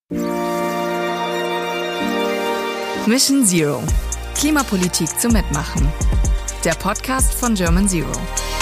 Mission Zero. Klimapolitik zum Mitmachen. Der Podcast von German Zero.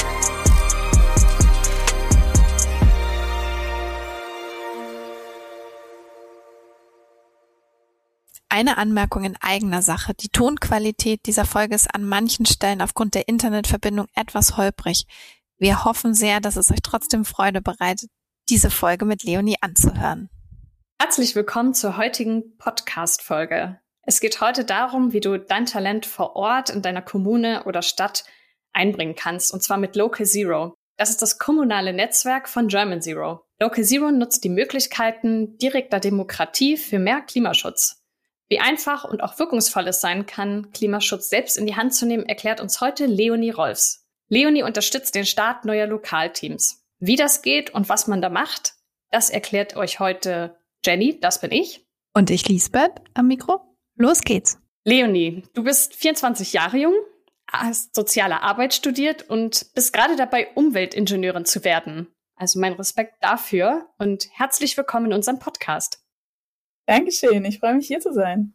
Eine Anmerkung in eigener Sache. Die Tonqualität dieser Folge ist an manchen Stellen aufgrund der Internetverbindung etwas holprig. Wir hoffen sehr, dass es euch trotzdem Freude bereitet, diese Folge mit Leonie anzuhören. Herzlich willkommen zur heutigen Podcast-Folge. Es geht heute darum, wie du dein Talent vor Ort in deiner Kommune oder Stadt einbringen kannst, und zwar mit Local Zero. Das ist das kommunale Netzwerk von German Zero. Local Zero nutzt die Möglichkeiten direkter Demokratie für mehr Klimaschutz. Wie einfach und auch wirkungsvoll es sein kann, Klimaschutz selbst in die Hand zu nehmen, erklärt uns heute Leonie Rolfs. Leonie unterstützt den Start neuer Lokalteams. Wie das geht und was man da macht, das erklärt euch heute Jenny, das bin ich. Und ich, Lisbeth, am Mikro. Los geht's. Leonie, du bist 24 Jahre jung, hast soziale Arbeit studiert und bist gerade dabei, Umweltingenieurin zu werden. Also mein Respekt dafür und herzlich willkommen in unserem Podcast. Dankeschön, ich freue mich, hier zu sein.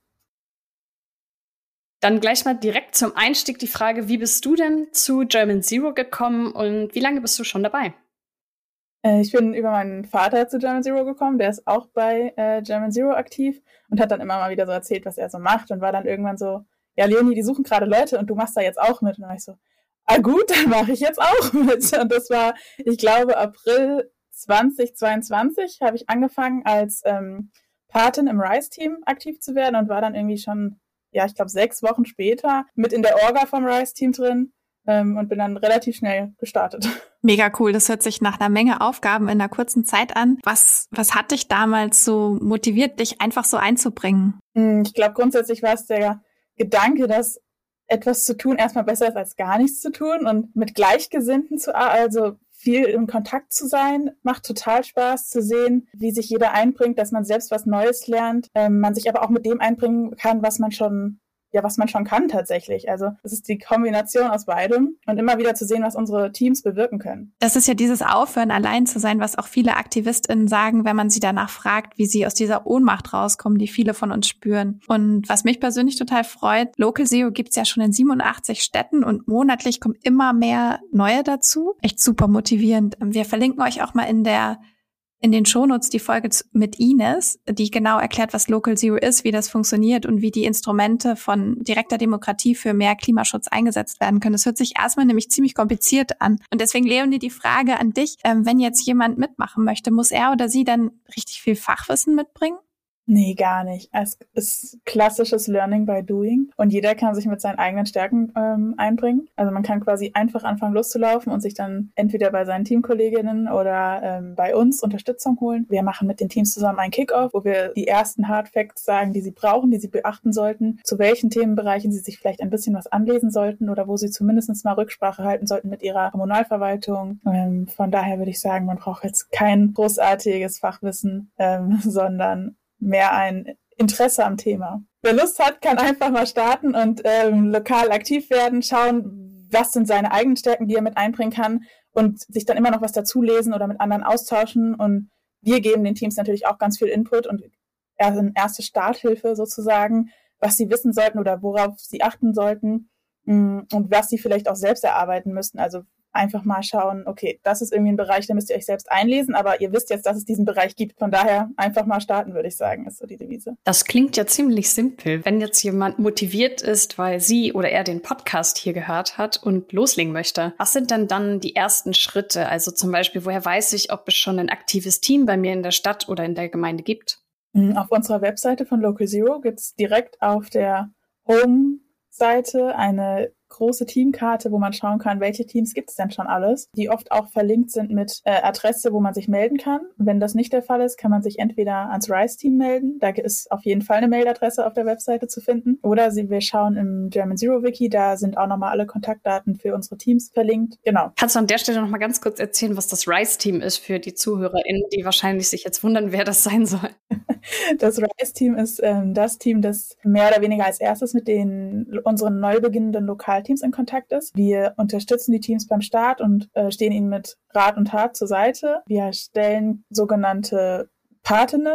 Dann gleich mal direkt zum Einstieg die Frage, wie bist du denn zu German Zero gekommen und wie lange bist du schon dabei? Ich bin über meinen Vater zu German Zero gekommen, der ist auch bei German Zero aktiv und hat dann immer mal wieder so erzählt, was er so macht und war dann irgendwann so, ja Leonie, die suchen gerade Leute und du machst da jetzt auch mit. Und dann war ich so, gut, dann mache ich jetzt auch mit. Und das war, ich glaube, April 2022 habe ich angefangen als Patin im RISE-Team aktiv zu werden und war dann irgendwie schon, ja, ich glaube 6 Wochen später mit in der Orga vom RISE-Team drin und bin dann relativ schnell gestartet. Mega cool, das hört sich nach einer Menge Aufgaben in einer kurzen Zeit an. Was hat dich damals so motiviert, dich einfach so einzubringen? Ich glaube, grundsätzlich war es der Gedanke, dass etwas zu tun erstmal besser ist, als gar nichts zu tun und mit Gleichgesinnten also viel im Kontakt zu sein, macht total Spaß zu sehen, wie sich jeder einbringt, dass man selbst was Neues lernt, man sich aber auch mit dem einbringen kann, was man schon kann tatsächlich. Also es ist die Kombination aus beidem und immer wieder zu sehen, was unsere Teams bewirken können. Das ist ja dieses Aufhören, allein zu sein, was auch viele AktivistInnen sagen, wenn man sie danach fragt, wie sie aus dieser Ohnmacht rauskommen, die viele von uns spüren. Und was mich persönlich total freut, Local Zero gibt's ja schon in 87 Städten und monatlich kommen immer mehr neue dazu. Echt super motivierend. Wir verlinken euch auch mal in den Shownotes die Folge mit Ines, die genau erklärt, was Local Zero ist, wie das funktioniert und wie die Instrumente von direkter Demokratie für mehr Klimaschutz eingesetzt werden können. Das hört sich erstmal nämlich ziemlich kompliziert an. Und deswegen, Leonie, die Frage an dich, wenn jetzt jemand mitmachen möchte, muss er oder sie dann richtig viel Fachwissen mitbringen? Nee, gar nicht. Es ist klassisches Learning by Doing und jeder kann sich mit seinen eigenen Stärken einbringen. Also man kann quasi einfach anfangen loszulaufen und sich dann entweder bei seinen Teamkolleginnen oder bei uns Unterstützung holen. Wir machen mit den Teams zusammen einen Kick-Off, wo wir die ersten Hard Facts sagen, die sie brauchen, die sie beachten sollten, zu welchen Themenbereichen sie sich vielleicht ein bisschen was anlesen sollten oder wo sie zumindest mal Rücksprache halten sollten mit ihrer Kommunalverwaltung. Von daher würde ich sagen, man braucht jetzt kein großartiges Fachwissen, sondern mehr ein Interesse am Thema. Wer Lust hat, kann einfach mal starten und lokal aktiv werden, schauen, was sind seine eigenen Stärken, die er mit einbringen kann und sich dann immer noch was dazulesen oder mit anderen austauschen. Und wir geben den Teams natürlich auch ganz viel Input und eine erste Starthilfe sozusagen, was sie wissen sollten oder worauf sie achten sollten und was sie vielleicht auch selbst erarbeiten müssten. Also einfach mal schauen, okay, das ist irgendwie ein Bereich, da müsst ihr euch selbst einlesen, aber ihr wisst jetzt, dass es diesen Bereich gibt. Von daher einfach mal starten, würde ich sagen, ist so die Devise. Das klingt ja ziemlich simpel. Wenn jetzt jemand motiviert ist, weil sie oder er den Podcast hier gehört hat und loslegen möchte, was sind denn dann die ersten Schritte? Also zum Beispiel, woher weiß ich, ob es schon ein aktives Team bei mir in der Stadt oder in der Gemeinde gibt? Auf unserer Webseite von Local Zero gibt es direkt auf der Home-Seite eine große Teamkarte, wo man schauen kann, welche Teams gibt es denn schon alles, die oft auch verlinkt sind mit Adresse, wo man sich melden kann. Wenn das nicht der Fall ist, kann man sich entweder ans RISE-Team melden, da ist auf jeden Fall eine Mailadresse auf der Webseite zu finden, oder wir schauen im German Zero Wiki, da sind auch nochmal alle Kontaktdaten für unsere Teams verlinkt. Genau. Kannst du an der Stelle nochmal ganz kurz erzählen, was das RISE-Team ist für die ZuhörerInnen, die wahrscheinlich sich jetzt wundern, wer das sein soll? Das RISE-Team ist das Team, das mehr oder weniger als erstes mit unseren neu beginnenden Lokalteams in Kontakt ist. Wir unterstützen die Teams beim Start und stehen ihnen mit Rat und Tat zur Seite. Wir stellen sogenannte Patinnen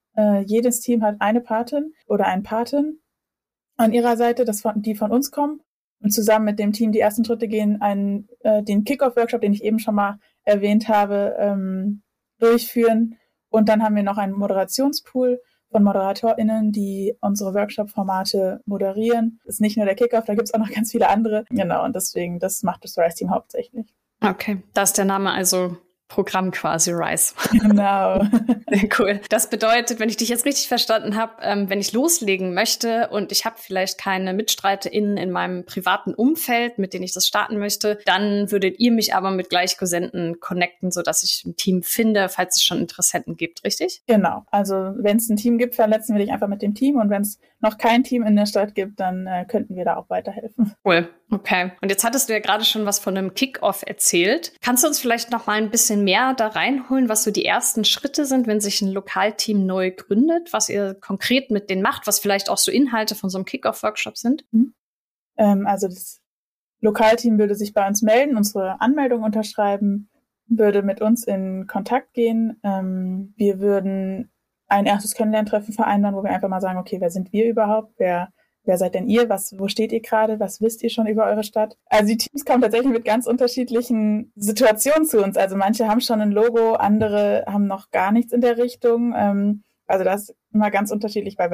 Jedes Team hat eine Patin oder einen Patin an ihrer Seite, die von uns kommen und zusammen mit dem Team die ersten Schritte gehen, den Kick-Off-Workshop, den ich eben schon mal erwähnt habe, durchführen. Und dann haben wir noch einen Moderationspool von ModeratorInnen, die unsere Workshop-Formate moderieren. Das ist nicht nur der Kick-Off, da gibt es auch noch ganz viele andere. Genau, und deswegen, das macht das RISE-Team hauptsächlich. Okay, da ist der Name also Programm quasi RISE. Genau. Sehr cool. Das bedeutet, wenn ich dich jetzt richtig verstanden habe, wenn ich loslegen möchte und ich habe vielleicht keine MitstreiterInnen in meinem privaten Umfeld, mit denen ich das starten möchte, dann würdet ihr mich aber mit Gleichgesinnten connecten, sodass ich ein Team finde, falls es schon Interessenten gibt, richtig? Genau. Also wenn es ein Team gibt, vernetzen wir dich einfach mit dem Team und wenn es noch kein Team in der Stadt gibt, dann könnten wir da auch weiterhelfen. Cool. Okay. Und jetzt hattest du ja gerade schon was von einem Kick-Off erzählt. Kannst du uns vielleicht noch mal ein bisschen mehr da reinholen, was so die ersten Schritte sind, wenn sich ein Lokalteam neu gründet, was ihr konkret mit denen macht, was vielleicht auch so Inhalte von so einem Kick-Off-Workshop sind? Also das Lokalteam würde sich bei uns melden, unsere Anmeldung unterschreiben, würde mit uns in Kontakt gehen. Wir würden ein erstes Kennenlerntreffen vereinbaren, wo wir einfach mal sagen, okay, wer sind wir überhaupt? Wer seid denn ihr? Wo steht ihr gerade? Was wisst ihr schon über eure Stadt? Also die Teams kommen tatsächlich mit ganz unterschiedlichen Situationen zu uns. Also manche haben schon ein Logo, andere haben noch gar nichts in der Richtung. Also das ist immer ganz unterschiedlich, bei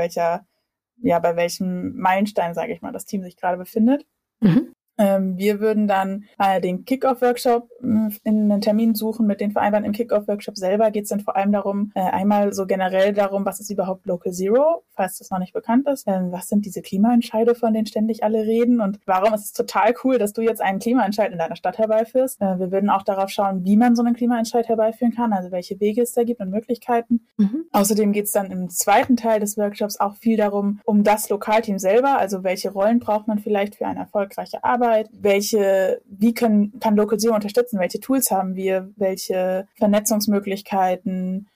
welchem Meilenstein, sage ich mal, das Team sich gerade befindet. Mhm. Wir würden dann den Kick-Off-Workshop in einen Termin suchen mit den Vereinbarten. Im Kick-Off-Workshop selber geht es dann vor allem darum, einmal so generell darum, was ist überhaupt Local Zero, falls das noch nicht bekannt ist. Was sind diese Klimaentscheide, von denen ständig alle reden und warum ist es total cool, dass du jetzt einen Klimaentscheid in deiner Stadt herbeiführst. Wir würden auch darauf schauen, wie man so einen Klimaentscheid herbeiführen kann, also welche Wege es da gibt und Möglichkeiten. Mhm. Außerdem geht es dann im zweiten Teil des Workshops auch viel darum, um das Lokalteam selber, also welche Rollen braucht man vielleicht für eine erfolgreiche Arbeit, wie kann Local Zero unterstützen, welche Tools haben wir, welche Vernetzungsmöglichkeiten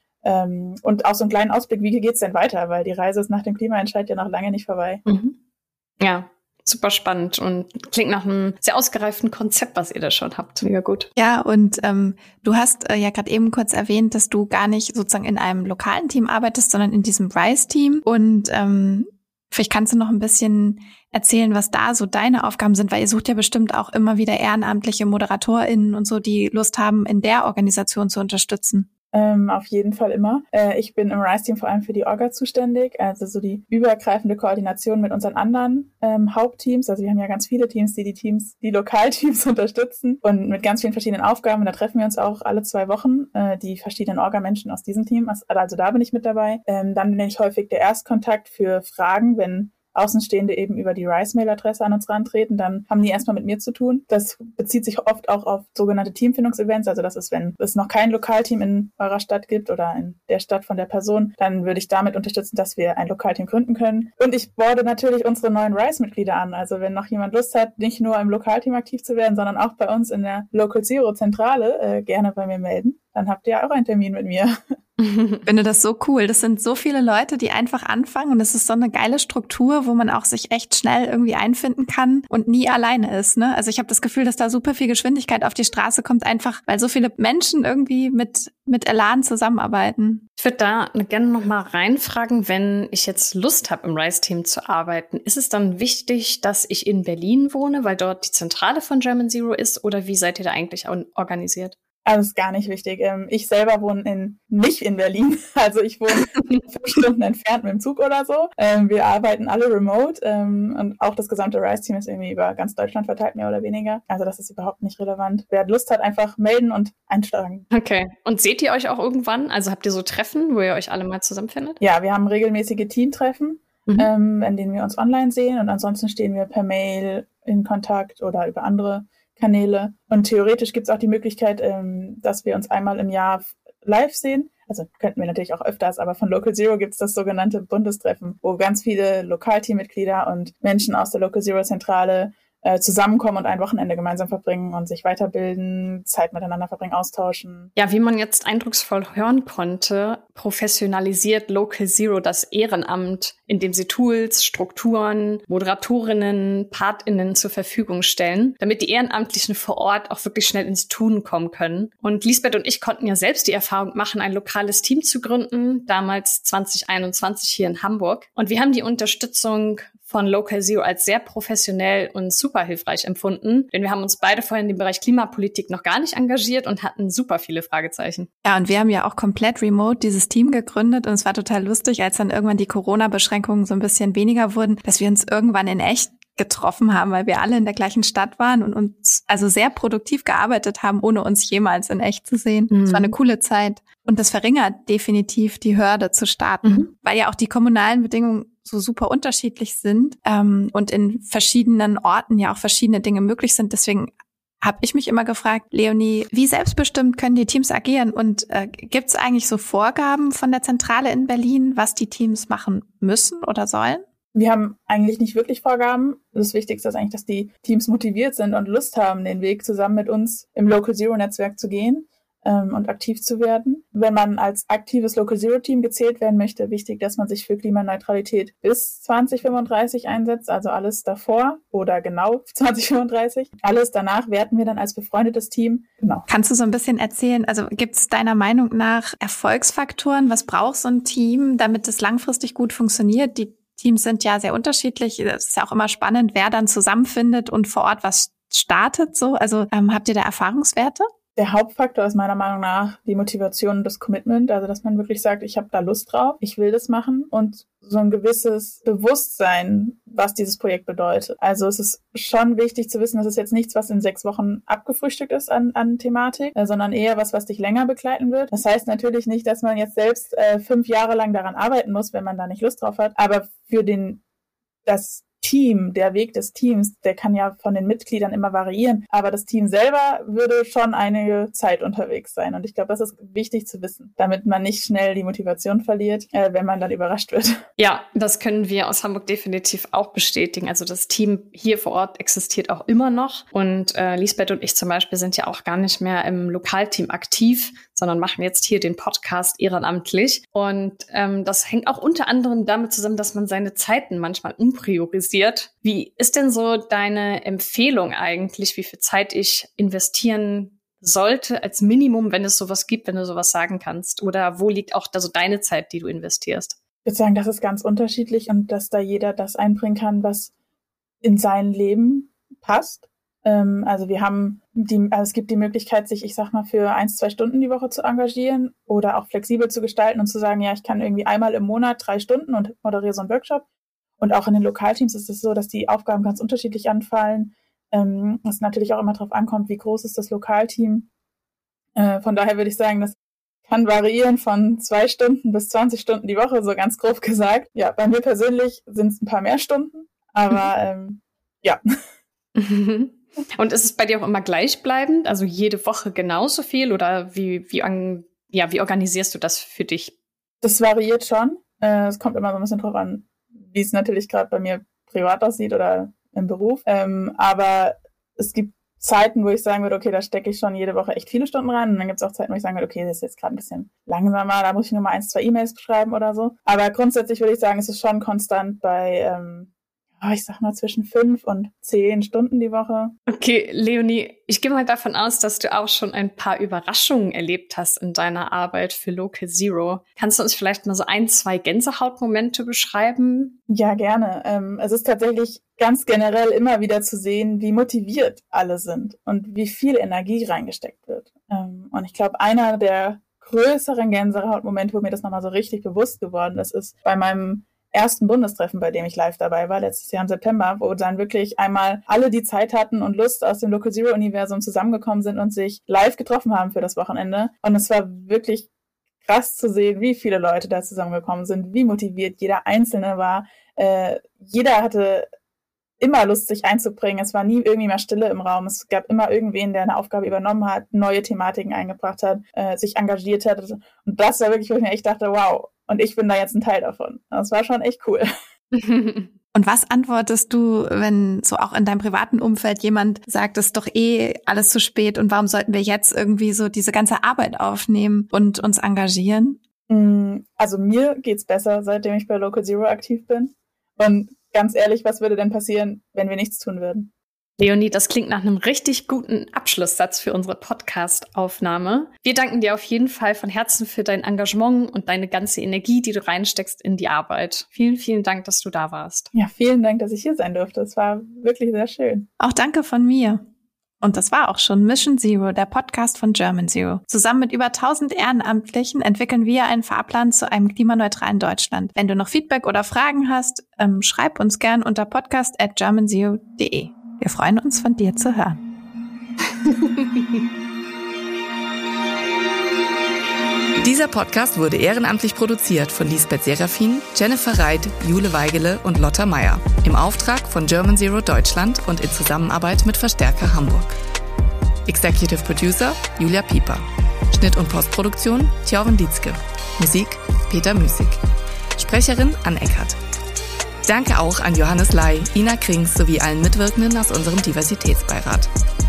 und auch so einen kleinen Ausblick, wie geht's denn weiter, weil die Reise ist nach dem Klimaentscheid ja noch lange nicht vorbei. Mhm. Ja, super spannend und klingt nach einem sehr ausgereiften Konzept, was ihr da schon habt. Mega gut. Ja, und du hast ja gerade eben kurz erwähnt, dass du gar nicht sozusagen in einem lokalen Team arbeitest, sondern in diesem RISE-Team und vielleicht kannst du noch ein bisschen erzählen, was da so deine Aufgaben sind, weil ihr sucht ja bestimmt auch immer wieder ehrenamtliche ModeratorInnen und so, die Lust haben, in der Organisation zu unterstützen. Auf jeden Fall immer. Ich bin im RISE-Team vor allem für die Orga zuständig, also so die übergreifende Koordination mit unseren anderen Hauptteams. Also wir haben ja ganz viele Teams, die Lokalteams unterstützen und mit ganz vielen verschiedenen Aufgaben. Und da treffen wir uns auch alle 2 Wochen, die verschiedenen Orga-Menschen aus diesem Team. Also da bin ich mit dabei. Dann bin ich häufig der Erstkontakt für Fragen, wenn Außenstehende eben über die RISE-Mail-Adresse an uns rantreten, dann haben die erstmal mit mir zu tun. Das bezieht sich oft auch auf sogenannte Teamfindungsevents. Also das ist, wenn es noch kein Lokalteam in eurer Stadt gibt oder in der Stadt von der Person, dann würde ich damit unterstützen, dass wir ein Lokalteam gründen können. Und ich boarde natürlich unsere neuen RISE-Mitglieder an. Also wenn noch jemand Lust hat, nicht nur im Lokalteam aktiv zu werden, sondern auch bei uns in der Local Zero Zentrale, gerne bei mir melden. Dann habt ihr auch einen Termin mit mir. Ich finde das so cool. Das sind so viele Leute, die einfach anfangen und es ist so eine geile Struktur, wo man auch sich echt schnell irgendwie einfinden kann und nie alleine ist, ne? Also ich habe das Gefühl, dass da super viel Geschwindigkeit auf die Straße kommt, einfach weil so viele Menschen irgendwie mit Elan zusammenarbeiten. Ich würde da gerne noch mal reinfragen, wenn ich jetzt Lust habe, im RISE-Team zu arbeiten, ist es dann wichtig, dass ich in Berlin wohne, weil dort die Zentrale von German Zero ist, oder wie seid ihr da eigentlich organisiert? Also ist gar nicht wichtig. Ich selber wohne nicht in Berlin. Also ich wohne 5 Stunden entfernt mit dem Zug oder so. Wir arbeiten alle remote und auch das gesamte RISE-Team ist irgendwie über ganz Deutschland verteilt, mehr oder weniger. Also das ist überhaupt nicht relevant. Wer Lust hat, einfach melden und einsteigen. Okay. Und seht ihr euch auch irgendwann? Also habt ihr so Treffen, wo ihr euch alle mal zusammenfindet? Ja, wir haben regelmäßige Teamtreffen, in denen wir uns online sehen und ansonsten stehen wir per Mail in Kontakt oder über andere Kanäle. Und theoretisch gibt es auch die Möglichkeit, dass wir uns einmal im Jahr live sehen. Also könnten wir natürlich auch öfters, aber von Local Zero gibt es das sogenannte Bundestreffen, wo ganz viele Lokalteammitglieder und Menschen aus der Local Zero Zentrale zusammenkommen und ein Wochenende gemeinsam verbringen und sich weiterbilden, Zeit miteinander verbringen, austauschen. Ja, wie man jetzt eindrucksvoll hören konnte, professionalisiert Local Zero das Ehrenamt, indem sie Tools, Strukturen, Moderatorinnen, PartInnen zur Verfügung stellen, damit die Ehrenamtlichen vor Ort auch wirklich schnell ins Tun kommen können. Und Lisbeth und ich konnten ja selbst die Erfahrung machen, ein lokales Team zu gründen, damals 2021 hier in Hamburg. Und wir haben die Unterstützung von Local Zero als sehr professionell und super hilfreich empfunden, denn wir haben uns beide vorher in dem Bereich Klimapolitik noch gar nicht engagiert und hatten super viele Fragezeichen. Ja, und wir haben ja auch komplett remote dieses Team gegründet und es war total lustig, als dann irgendwann die Corona-Beschränkungen so ein bisschen weniger wurden, dass wir uns irgendwann in echt getroffen haben, weil wir alle in der gleichen Stadt waren und uns also sehr produktiv gearbeitet haben, ohne uns jemals in echt zu sehen. Es war eine coole Zeit. Und das verringert definitiv die Hürde zu starten, weil ja auch die kommunalen Bedingungen so super unterschiedlich sind und in verschiedenen Orten ja auch verschiedene Dinge möglich sind. Deswegen habe ich mich immer gefragt, Leonie, wie selbstbestimmt können die Teams agieren? Und gibt es eigentlich so Vorgaben von der Zentrale in Berlin, was die Teams machen müssen oder sollen? Wir haben eigentlich nicht wirklich Vorgaben. Das Wichtigste ist eigentlich, dass die Teams motiviert sind und Lust haben, den Weg zusammen mit uns im Local Zero-Netzwerk zu gehen und aktiv zu werden. Wenn man als aktives Local Zero-Team gezählt werden möchte, wichtig, dass man sich für Klimaneutralität bis 2035 einsetzt, also alles davor oder genau 2035. Alles danach werten wir dann als befreundetes Team. Genau. Kannst du so ein bisschen erzählen, also gibt es deiner Meinung nach Erfolgsfaktoren? Was braucht so ein Team, damit es langfristig gut funktioniert? Die Teams sind ja sehr unterschiedlich. Es ist ja auch immer spannend, wer dann zusammenfindet und vor Ort was startet. So, also habt ihr da Erfahrungswerte? Der Hauptfaktor ist meiner Meinung nach die Motivation und das Commitment, also dass man wirklich sagt, ich habe da Lust drauf, ich will das machen und so ein gewisses Bewusstsein, was dieses Projekt bedeutet. Also es ist schon wichtig zu wissen, dass es jetzt nichts, was in 6 Wochen abgefrühstückt ist an Thematik, sondern eher was dich länger begleiten wird. Das heißt natürlich nicht, dass man jetzt selbst 5 Jahre lang daran arbeiten muss, wenn man da nicht Lust drauf hat, aber für das Team, der Weg des Teams, der kann ja von den Mitgliedern immer variieren, aber das Team selber würde schon einige Zeit unterwegs sein und ich glaube, das ist wichtig zu wissen, damit man nicht schnell die Motivation verliert, wenn man dann überrascht wird. Ja, das können wir aus Hamburg definitiv auch bestätigen. Also das Team hier vor Ort existiert auch immer noch und Lisbeth und ich zum Beispiel sind ja auch gar nicht mehr im Lokalteam aktiv, sondern machen jetzt hier den Podcast ehrenamtlich und das hängt auch unter anderem damit zusammen, dass man seine Zeiten manchmal umpriorisiert. Wie ist denn so deine Empfehlung eigentlich, wie viel Zeit ich investieren sollte als Minimum, wenn es sowas gibt, wenn du sowas sagen kannst? Oder wo liegt auch da so deine Zeit, die du investierst? Ich würde sagen, das ist ganz unterschiedlich und dass da jeder das einbringen kann, was in sein Leben passt. Also es gibt die Möglichkeit, sich, ich sag mal, für 1-2 Stunden die Woche zu engagieren oder auch flexibel zu gestalten und zu sagen, ja, ich kann irgendwie einmal im Monat 3 Stunden und moderiere so einen Workshop. Und auch in den Lokalteams ist es so, dass die Aufgaben ganz unterschiedlich anfallen. Es natürlich auch immer darauf ankommt, wie groß ist das Lokalteam. Von daher würde ich sagen, das kann variieren von 2 Stunden bis 20 Stunden die Woche, so ganz grob gesagt. Ja, bei mir persönlich sind es ein paar mehr Stunden, aber ja. Und ist es bei dir auch immer gleichbleibend? Also jede Woche genauso viel? Oder wie organisierst du das für dich? Das variiert schon. Es kommt immer so ein bisschen drauf an, wie es natürlich gerade bei mir privat aussieht oder im Beruf. Aber es gibt Zeiten, wo ich sagen würde, okay, da stecke ich schon jede Woche echt viele Stunden rein. Und dann gibt es auch Zeiten, wo ich sagen würde, okay, das ist jetzt gerade ein bisschen langsamer, da muss ich nur mal 1-2 E-Mails schreiben oder so. Aber grundsätzlich würde ich sagen, es ist schon konstant bei ich sag mal zwischen 5 und 10 Stunden die Woche. Okay, Leonie, ich gehe mal davon aus, dass du auch schon ein paar Überraschungen erlebt hast in deiner Arbeit für Local Zero. Kannst du uns vielleicht mal so 1-2 Gänsehautmomente beschreiben? Ja, gerne. Es ist tatsächlich ganz generell immer wieder zu sehen, wie motiviert alle sind und wie viel Energie reingesteckt wird. Und ich glaube, einer der größeren Gänsehautmomente, wo mir das nochmal so richtig bewusst geworden ist bei meinem ersten Bundestreffen, bei dem ich live dabei war, letztes Jahr im September, wo dann wirklich einmal alle, die Zeit hatten und Lust aus dem Local Zero-Universum zusammengekommen sind und sich live getroffen haben für das Wochenende. Und es war wirklich krass zu sehen, wie viele Leute da zusammengekommen sind, wie motiviert jeder Einzelne war. Jeder hatte immer Lust, sich einzubringen. Es war nie irgendwie mal Stille im Raum. Es gab immer irgendwen, der eine Aufgabe übernommen hat, neue Thematiken eingebracht hat, sich engagiert hat. Und das war wirklich, wo ich mir echt dachte, wow, und ich bin da jetzt ein Teil davon. Das war schon echt cool. Und was antwortest du, wenn so auch in deinem privaten Umfeld jemand sagt, es ist doch alles zu spät und warum sollten wir jetzt irgendwie so diese ganze Arbeit aufnehmen und uns engagieren? Also mir geht's besser, seitdem ich bei Local Zero aktiv bin. Und ganz ehrlich, was würde denn passieren, wenn wir nichts tun würden? Leonie, das klingt nach einem richtig guten Abschlusssatz für unsere Podcast-Aufnahme. Wir danken dir auf jeden Fall von Herzen für dein Engagement und deine ganze Energie, die du reinsteckst in die Arbeit. Vielen, vielen Dank, dass du da warst. Ja, vielen Dank, dass ich hier sein durfte. Es war wirklich sehr schön. Auch danke von mir. Und das war auch schon Mission Zero, der Podcast von German Zero. Zusammen mit über 1000 Ehrenamtlichen entwickeln wir einen Fahrplan zu einem klimaneutralen Deutschland. Wenn du noch Feedback oder Fragen hast, schreib uns gern unter podcast@germanzero.de. Wir freuen uns, von dir zu hören. Dieser Podcast wurde ehrenamtlich produziert von Lisbeth Serafin, Jennifer Reit, Jule Weigele und Lotta Meyer im Auftrag von German Zero Deutschland und in Zusammenarbeit mit Verstärker Hamburg. Executive Producer Julia Pieper. Schnitt und Postproduktion Thjörven Dietzke. Musik Peter Müßig. Sprecherin Anne Eckert. Danke auch an Johannes Lai, Ina Krings sowie allen Mitwirkenden aus unserem Diversitätsbeirat.